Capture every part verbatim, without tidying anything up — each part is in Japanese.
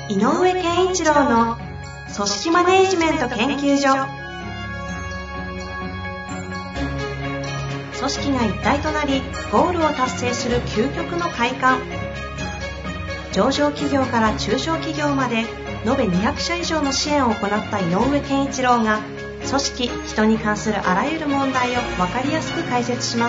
井上健一郎の組織マネジメント研究所。組織が一体となりゴールを達成する究極の快感。上場企業から中小企業まで延べにひゃくしゃ以上の支援を行った井上健一郎が、組織・人に関するあらゆる問題を分かりやすく解説します。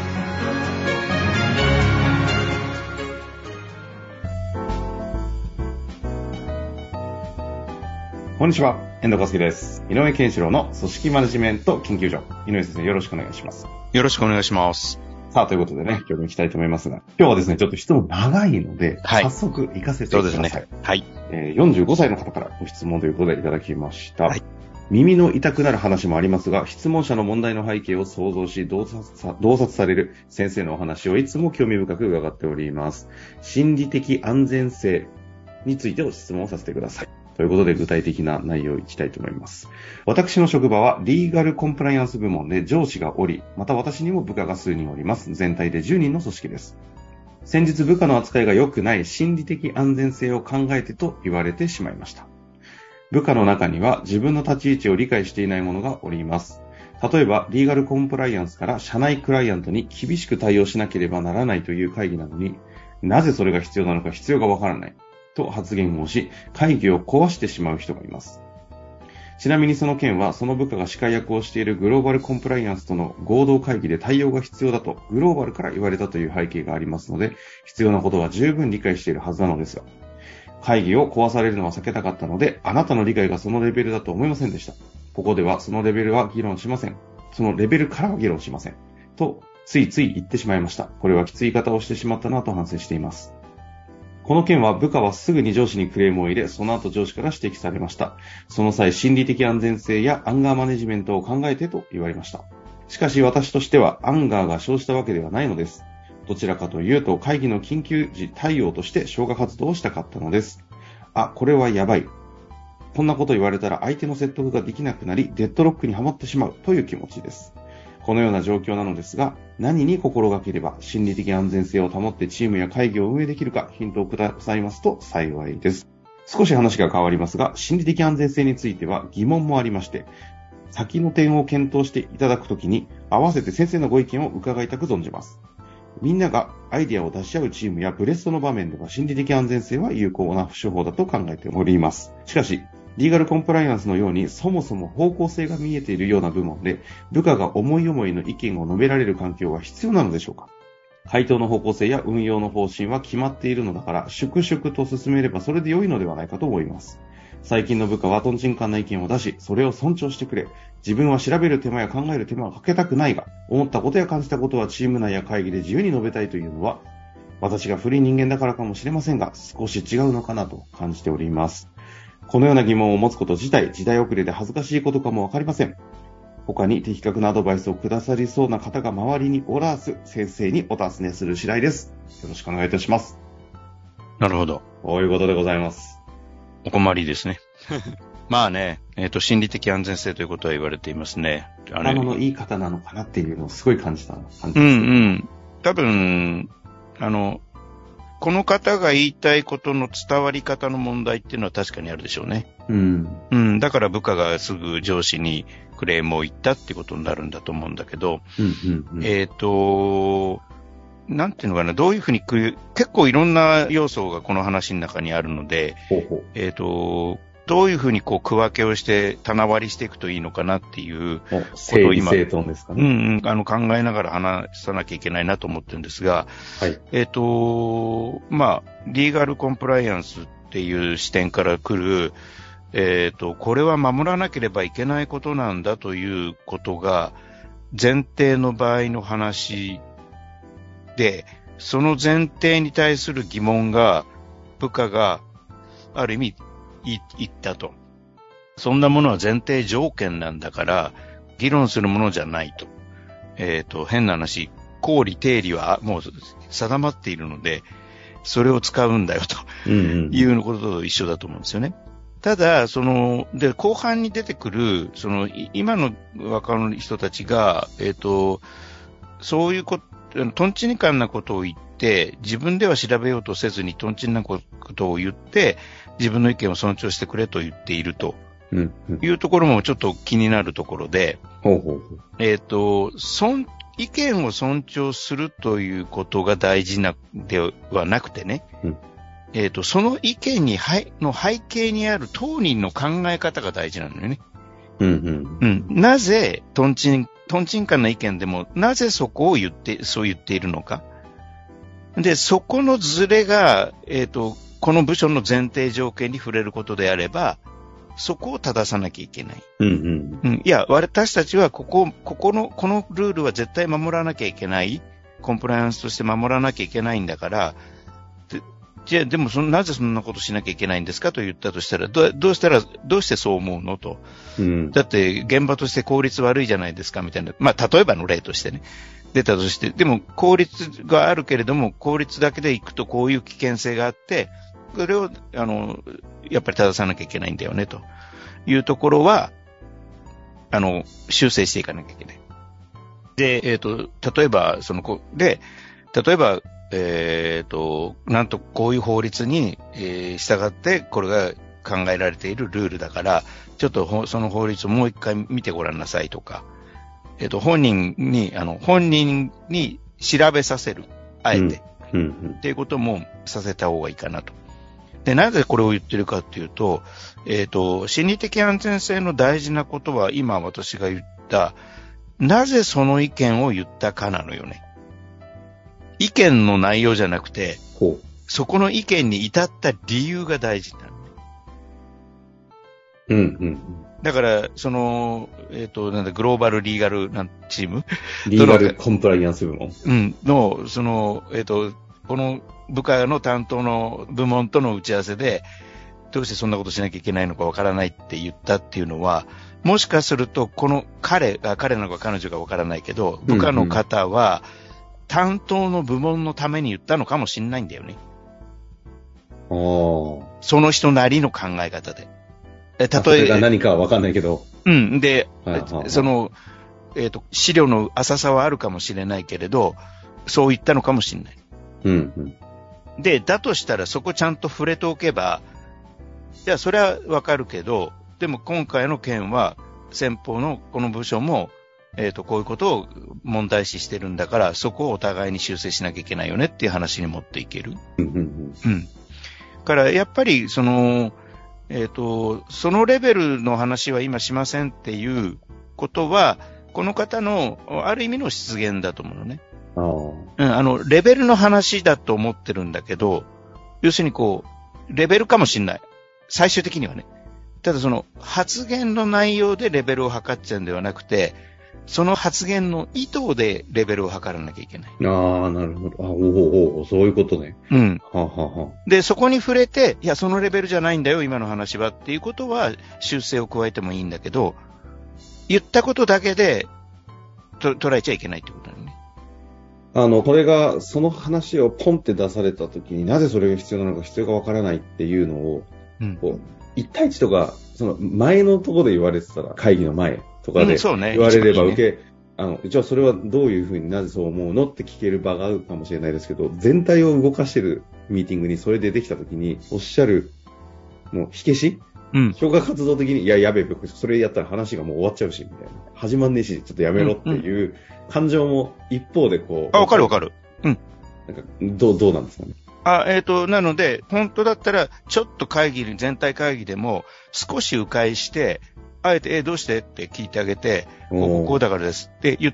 こんにちは、遠藤和樹です。井上健一郎の組織マネジメント研究所。井上先生、よろしくお願いします。 よろしくお願いします。 さあ、ということでね、今日も行きたいと思いますが、今日はですね、ちょっと質問長いので、はい、早速行かせてください。そうですね。はい。えー、よんじゅうごさいの方からご質問ということでいただきました。はい。耳の痛くなる話もありますが、質問者の問題の背景を想像し、洞察さ、洞察される先生のお話をいつも興味深く伺っております。心理的安全性についてを質問をさせてください。ということで具体的な内容をいきたいと思います。私の職場はリーガルコンプライアンス部門で上司がおり、また私にも部下が数人おります。全体でじゅうにんの組織です。先日部下の扱いが良くない心理的安全性を考えてと言われてしまいました。部下の中には自分の立ち位置を理解していない者がおります。例えばリーガルコンプライアンスから社内クライアントに厳しく対応しなければならないという会議なのに、なぜそれが必要なのか必要がわからないと発言をし、会議を壊してしまう人がいます。ちなみにその件は、その部下が司会役をしているグローバルコンプライアンスとの合同会議で対応が必要だと、グローバルから言われたという背景がありますので、必要なことは十分理解しているはずなのですが、会議を壊されるのは避けたかったので、あなたの理解がそのレベルだと思いませんでした。ここではそのレベルは議論しません。そのレベルからは議論しません。と、ついつい言ってしまいました。これはきつい言い方をしてしまったなと反省しています。この件は部下はすぐに上司にクレームを入れ、その後上司から指摘されました。その際、心理的安全性やアンガーマネジメントを考えてと言われました。しかし私としてはアンガーが生じたわけではないのです。どちらかというと会議の緊急時対応として消化活動をしたかったのです。あ、これはやばい。こんなこと言われたら相手の説得ができなくなり、デッドロックにはまってしまうという気持ちです。このような状況なのですが、何に心がければ心理的安全性を保ってチームや会議を運営できるかヒントをくださいますと幸いです。少し話が変わりますが、心理的安全性については疑問もありまして、先の点を検討していただくときに合わせて先生のご意見を伺いたく存じます。みんながアイデアを出し合うチームやブレストの場面では心理的安全性は有効な手法だと考えております。しかし、リーガルコンプライアンスのようにそもそも方向性が見えているような部門で部下が思い思いの意見を述べられる環境は必要なのでしょうか。回答の方向性や運用の方針は決まっているのだから粛々と進めればそれで良いのではないかと思います。最近の部下はトンチンカンな意見を出し、それを尊重してくれ。自分は調べる手間や考える手間をかけたくないが、思ったことや感じたことはチーム内や会議で自由に述べたいというのは、私が古い人間だからかもしれませんが、少し違うのかなと感じております。このような疑問を持つこと自体、時代遅れで恥ずかしいことかもわかりません。他に的確なアドバイスをくださりそうな方が周りにおらず、先生にお尋ねする次第です。よろしくお願いいたします。 なるほど。 こういうことでございます。 お困りですね。まあね、えっと、心理的安全性ということは言われていますね。 あのの言い方なのかなっていうのをすごい感じた感じです。 うんうん。多分、あの、この方が言いたいことの伝わり方の問題っていうのは確かにあるでしょうね。 うん。 うん。だから部下がすぐ上司にクレームを言ったってことになるんだと思うんだけど、 うんうんうん、 えっと、なんていうのかな、どういうふうにく、結構いろんな要素がこの話の中にあるので、 ほうほうえっと、どういうふうにこう区分けをして棚割りしていくといいのかなっていうことを今、 整理整頓ですかね。 うんうん、あの考えながら話さなきゃいけないなと思ってるんですが、 はい。 えっと、まあ、リーガルコンプライアンスっていう視点から来る、えっと、これは守らなければいけないことなんだということが前提の場合の話で、その前提に対する疑問が部下がある意味言ったと。そんなものは前提条件なんだから議論するものじゃないと。えっと、変な話、公理定理はもう定まっているので、それを使うんだよということと一緒だと思うんですよね。ただ、その、で、後半に出てくる、その、今の若者人たちが、えっと、そういうこと、トンチニカンなことを言って、自分では調べようとせずにトンチンなことを言って、自分の意見を尊重してくれと言っているというところもちょっと気になるところで、 ほうほうほうえっと、尊、意見を尊重するということが大事なではなくてね、うんえっと、その意見に、の背景にある当人の考え方が大事なのよね。 うんうんうん、なぜ、トンチン、トンチンカンな意見でも、なぜそこを言って、そう言っているのか。で、そこのズレが、えっと、この部署の前提条件に触れることであれば、そこを正さなきゃいけない。 うんうんうん、いや、私たちはここ、ここの、このルールは絶対守らなきゃいけない。コンプライアンスとして守らなきゃいけないんだから、でじゃあ、でもその、なぜそんなことしなきゃいけないんですかと言ったとしたら、どどうしたら、どうしてそう思うのと。うん、だって、現場として効率悪いじゃないですかみたいな。まあ、例えばの例としてね。出たとして、でも効率があるけれども、効率だけでいくとこういう危険性があって、それを、あの、やっぱり正さなきゃいけないんだよね、というところは、あの、修正していかなきゃいけない。で、えっと、例えば、その、で、例えば、えっと、なんとこういう法律に、えー、従って、これが考えられているルールだから、ちょっとその法律をもう一回見てごらんなさいとか、えっと、本人に、あの、本人に調べさせる。あえて。うんうんうん、っていうこともさせた方がいいかなと。で、なぜこれを言ってるかっていうと、えっと、心理的安全性の大事なことは、今私が言った、なぜその意見を言ったかなのよね。意見の内容じゃなくて、そこの意見に至った理由が大事なの。 うんうん。 だから、その、えっと、なんだ、グローバルリーガルなチームリーガルコンプライアンス部門うん、の、その、えっと、この部下の担当の部門との打ち合わせで、どうしてそんなことしなきゃいけないのかわからないって言ったっていうのは、もしかすると、この彼が、彼なのか彼女がわからないけど、部下の方は、担当の部門のために言ったのかもしれないんだよね。 ああ。 その人なりの考え方で。 例えば。それが何かはわかんないけど。 うん。で、はいはいはい、その、えっと、資料の浅さはあるかもしれないけれど、そう言ったのかもしれない。 うんうん。 で、だとしたらそこちゃんと触れておけば、いや、それはわかるけど、でも今回の件は、先方のこの部署も、えっと、こういうことを問題視してるんだから、そこをお互いに修正しなきゃいけないよねっていう話に持っていける。 うんうんうん。 うん。から、やっぱり、その、えっと、そのレベルの話は今しませんっていうことは、この方のある意味の失言だと思うのね。 あうん、あの、レベルの話だと思ってるんだけど、要するにこう、レベルかもしれない。最終的にはね。ただその発言の内容でレベルを測っちゃうんではなくて、その発言の意図でレベルを測らなきゃいけない。 ああ、なるほど。あおおおそういうことね。 うん。 はあ、はあはあ、 で、そこに触れて、いや、そのレベルじゃないんだよ、今の話はっていうことは修正を加えてもいいんだけど、言ったことだけでと捉えちゃいけないってことだよね。 あの、これが、その話をポンって出されたときになぜそれが必要なのか必要かわからないっていうのを、うん、こう一対一とか、その前のところで言われてたら、会議の前とかで言われれば受け、うんね、あの、じゃあそれはどういうふうになぜそう思うのって聞ける場があるかもしれないですけど、全体を動かしてるミーティングにそれでできたときに、おっしゃる、もう火消しうん。消化活動的に、いや、やべえ、それやったら話がもう終わっちゃうし、みたいな。始まんねえし、ちょっとやめろっていう感情も一方でこう。 あ、わかるわかる。うん。 なんか、どう、どうなんですかね。 あ、えっと、なので、本当だったら、ちょっと会議に、全体会議でも、少し迂回して、あえて、え、どうしてって聞いてあげて、こう、こうだからですって言った、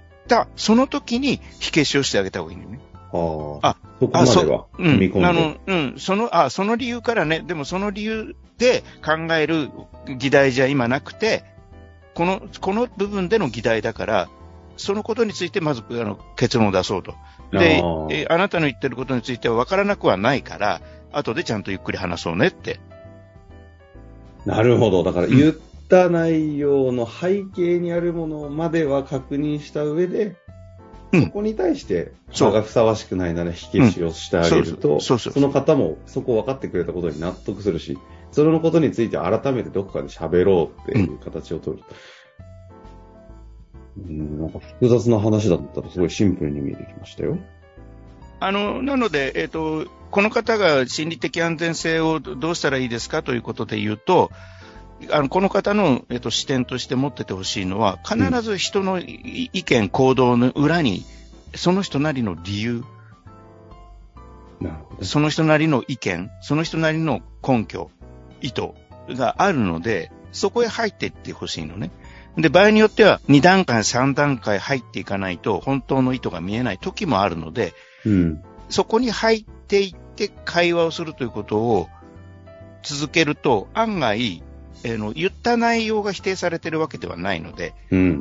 その時に火消しをしてあげた方がいいんだよね。 ああ。そこまでは踏み込んで。 うん。あの、うん。その、あ、その理由からね、でもその理由で考える議題じゃ今なくて、この、この部分での議題だから、そのことについてまず、あの、結論を出そうと。で、あ, えあなたの言ってることについては分からなくはないから、後でちゃんとゆっくり話そうねって。 なるほど。だから言った内容の背景にあるものまでは確認した上で、うん、そこに対して場がふさわしくないなら火消しをしてあげると、その方もそこを分かってくれたことに納得するし、そのことについて改めてどこかで喋ろうっていう形を取る。うん、なんか複雑な話だったらすごいシンプルに見えてきましたよ。 あの、なので、えっと、この方が心理的安全性をどうしたらいいですかということで言うと、あの、この方の、えっと、視点として持っててほしいのは、必ず人の意見、行動の裏に、その人なりの理由、 なるほど。 その人なりの意見、その人なりの根拠、意図があるので、そこへ入っていってほしいのね。で、場合によってはに段階、さん段階入っていかないと本当の意図が見えない時もあるので、 うん、 そこに入っていって会話をするということを続けると、案外、えー、の言った内容が否定されているわけではないので、 うんうんうん、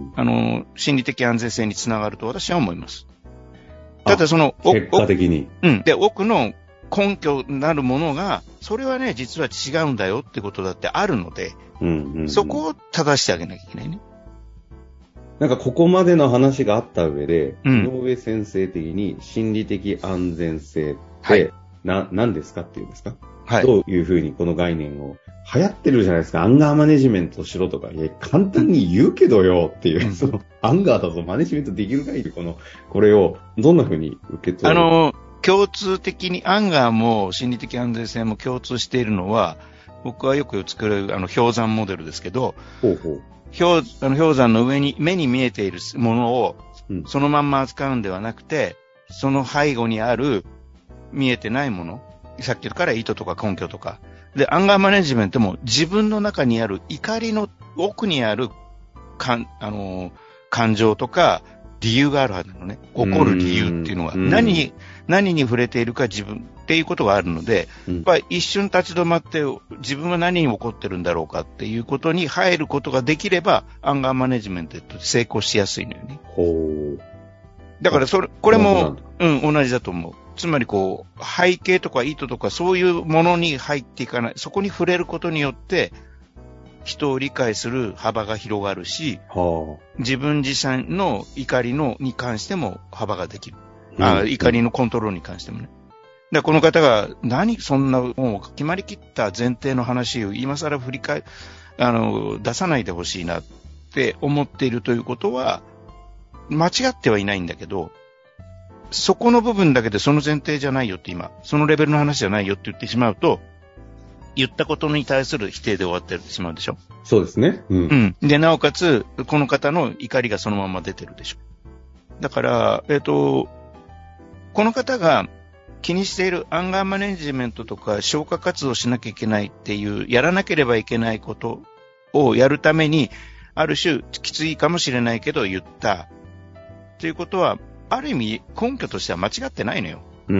あの、心理的安全性につながると私は思います。ただその、 結果的に。 うん。で、奥の根拠なるものが、それはね、実は違うんだよってことだってあるので、 うんうんうん、 そこを正してあげなきゃいけないね。 なんかここまでの話があった上で、 うん、 井上先生的に心理的安全性って、 はい、 な、何ですかっていうんですか、 はい、 どういうふうにこの概念を流行ってるじゃないですか。アンガーマネジメントしろとか、いや、簡単に言うけどよっていう、うん、その、アンガーだとマネジメントできる限り、この、これをどんなふうに受け取る？ あの、共通的にアンガーも心理的安全性も共通しているのは、僕はよく作るあの氷山モデルですけど、 ほうほう、 氷、あの氷山の上に目に見えているものをそのまんま扱うんではなくて、その背後にある見えてないもの、さっきから意図とか根拠とか、で、アンガーマネジメントも自分の中にある怒りの奥にあるかん、あの、感情とか理由があるはずなのね。起こる理由っていうのは何に、何に触れているか自分っていうことがあるので、やっぱり一瞬立ち止まって自分は何に起こってるんだろうかっていうことに入ることができれば、アンガーマネジメントって成功しやすいのよね。 ほう。 だからそれ、これも、うん、同じだと思う。つまりこう、背景とか意図とかそういうものに入っていかない、そこに触れることによって、人を理解する幅が広がるし、 はあ、 自分自身の怒りのに関しても幅ができる。うん、あ、怒りのコントロールに関してもね。だからこの方が何そんなもう決まりきった前提の話を今更振り返、あの、出さないでほしいなって思っているということは、間違ってはいないんだけど、そこの部分だけでその前提じゃないよって今、そのレベルの話じゃないよって言ってしまうと、言ったことに対する否定で終わってしまうでしょ。 そうですね。うん。 うん。で、なおかつ、この方の怒りがそのまま出てるでしょ。だから、えっと、この方が気にしているアンガーマネジメントとか消化活動しなきゃいけないっていう、やらなければいけないことをやるために、ある種きついかもしれないけど言った。ということは、ある意味根拠としては間違ってないのよ。 うん。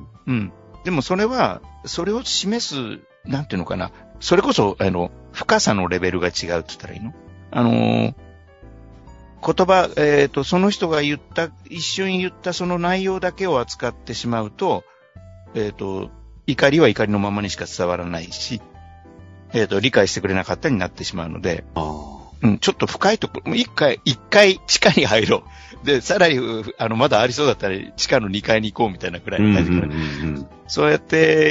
うん。でもそれは、それを示す、なんていうのかな。それこそ、あの、深さのレベルが違うって言ったらいいの？あのー、言葉、えっと、その人が言った、一瞬言ったその内容だけを扱ってしまうと、えっと、怒りは怒りのままにしか伝わらないし、えっと、理解してくれなかったになってしまうので、うん、ちょっと深いところ、一回、一回地下に入ろう。で、さらに、あの、まだありそうだったら地下のにかいに行こうみたいなくらいの感じから、うんうんうんうん、そうやって、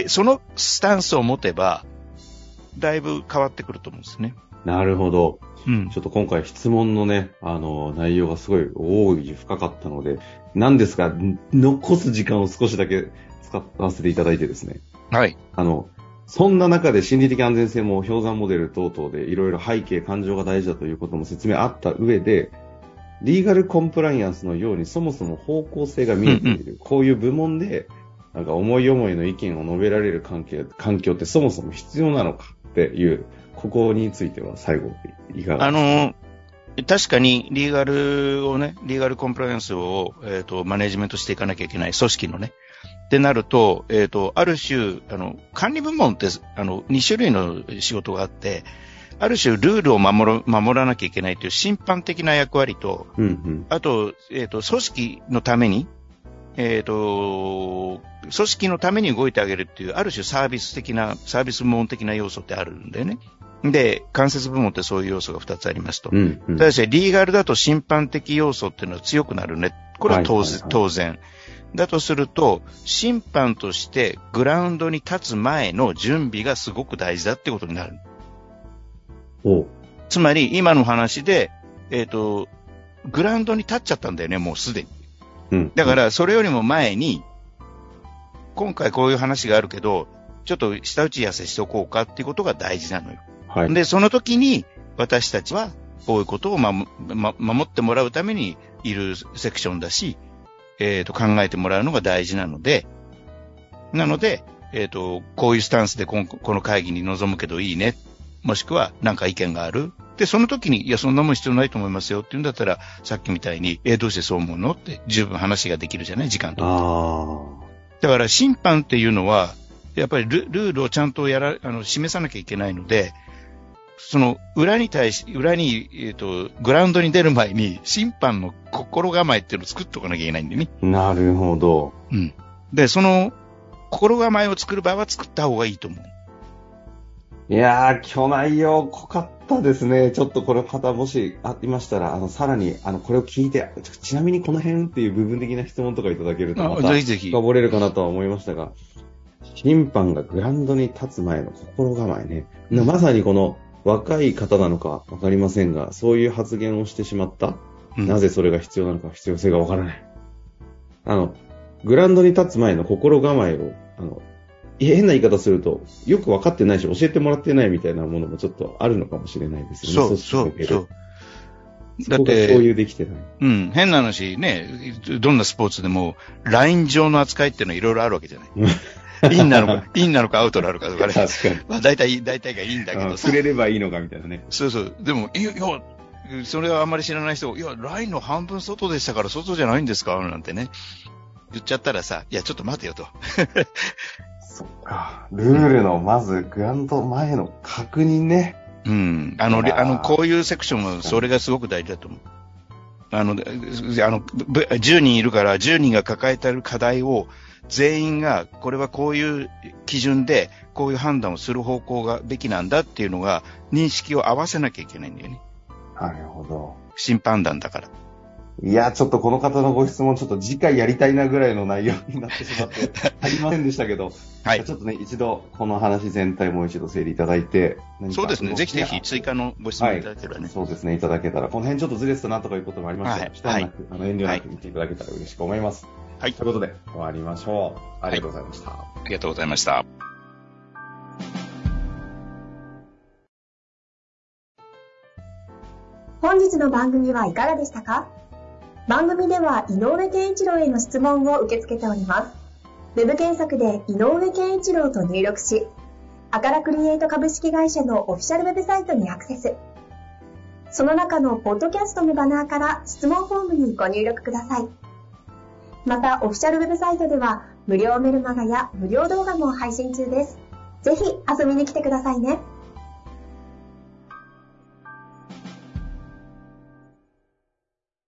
そのスタンスを持てば、だいぶ変わってくると思うんですね。 なるほど。 うん、 ちょっと今回質問のね、あの、内容がすごい多い、深かったので、なんですが、残す時間を少しだけ使わせていただいてですね。 はい。 あの、そんな中で心理的安全性も氷山モデル等々でいろいろ背景、感情が大事だということも説明あった上で、リーガルコンプライアンスのようにそもそも方向性が見えている、うんうん、こういう部門で、なんか思い思いの意見を述べられる関係、環境ってそもそも必要なのかっていう、ここについては最後いかがですか？ あの、確かにリーガルをね、リーガルコンプライアンスを、えっと、マネジメントしていかなきゃいけない組織のね、ってなると、えっと、ある種、あの、管理部門って、あの、に種類の仕事があって、ある種ルールを守る、守らなきゃいけないという審判的な役割と、 うんうん、 あと、えっと、組織のために、えっと、組織のために動いてあげるっていう、ある種サービス的な、サービス部門的な要素ってあるんだよね。で、間接部門ってそういう要素がふたつありますと。 うんうん、 ただし、リーガルだと審判的要素っていうのは強くなるね。これは当然。はいはいはい、当然だとすると、審判としてグラウンドに立つ前の準備がすごく大事だってことになる。 おつまり、今の話で、えっと、グラウンドに立っちゃったんだよね、もうすでに。 うん、 だから、それよりも前に、 今回こういう話があるけど、ちょっと下打ち痩せしとこうかっていうことが大事なのよ。はい。で、その時に私たちはこういうことを、まま、守ってもらうためにいるセクションだし、えっと、考えてもらうのが大事なので、なので、えっと、こういうスタンスでこの、この会議に臨むけどいいね。もしくは何か意見がある。で、その時に、いや、そんなもん必要ないと思いますよって言うんだったら、さっきみたいに、えー、どうしてそう思うのって十分話ができるじゃない、時間と。ああ。だから審判っていうのは、やっぱり ル, ルールをちゃんとやら、あの、示さなきゃいけないので、その裏に対し、裏に、えっと、グラウンドに出る前に審判の心構えっていうのを作っておかなきゃいけないんだよね。 なるほど。 うん。で、その心構えを作る場合は作った方がいいと思う。 いやー、今日内容濃かったですね。ちょっとこれ方もしありましたら、あの、さらに、あの、これを聞いて、ちなみにこの辺っていう部分的な質問とかいただけると、またぜひぜひ深掘れるかなとは思いましたが、審判がグラウンドに立つ前の心構えね。うん、まさにこの若い方なのかわかりませんが、そういう発言をしてしまった。うん、なぜそれが必要なのか、必要性がわからない。あの、グラウンドに立つ前の心構えを、あの、変な言い方すると、よく分かってないし、教えてもらってないみたいなものもちょっとあるのかもしれないですよね。そう、そう、そう。 だって、共有できてない。 うん、変な話ね、どんなスポーツでも、ライン上の扱いっていうのはいろいろあるわけじゃない。インなのか、インなのかアウトなのかとかね。 確かに。 まあ大体、大体がいいんだけどさ。触れればいいのかみたいなね。 そうそう。でも、いや、いや、それはあんまり知らない人、いや、ラインの半分外でしたから外じゃないんですかなんてね。言っちゃったらさ、いや、ちょっと待てよと。 そっか。ルールの、まず、グラウンド前の確認ね。 うん。あの、あの、こういうセクションは、それがすごく大事だと思う。あの、あの、じゅうにんいるから、じゅうにんが抱えている課題を、全員が、これはこういう基準で、こういう判断をする方向がべきなんだっていうのが、認識を合わせなきゃいけないんだよね。 なるほど。 審判団だから。 いや、ちょっとこの方のご質問、ちょっと次回やりたいなぐらいの内容になってしまって、ありませんでしたけど、はい。ちょっとね、一度、この話全体もう一度整理いただいて、 そうですね、ぜひぜひ追加のご質問いただければね、はい。 そうですね、いただけたら、この辺ちょっとずれてたなとかいうこともありましたら、はい。はい、あの遠慮なく見ていただけたら嬉しく思います。はい。ということで、終わりましょう。ありがとうございました。はい、 ありがとうございました。 本日の番組はいかがでしたか？番組では井上健一郎への質問を受け付けております。ウェブ検索で井上健一郎と入力し、アカラクリエイト株式会社のオフィシャルウェブサイトにアクセス。その中のポッドキャストのバナーから質問フォームにご入力ください。また、オフィシャルウェブサイトでは無料メルマガや無料動画も配信中です。ぜひ遊びに来てくださいね。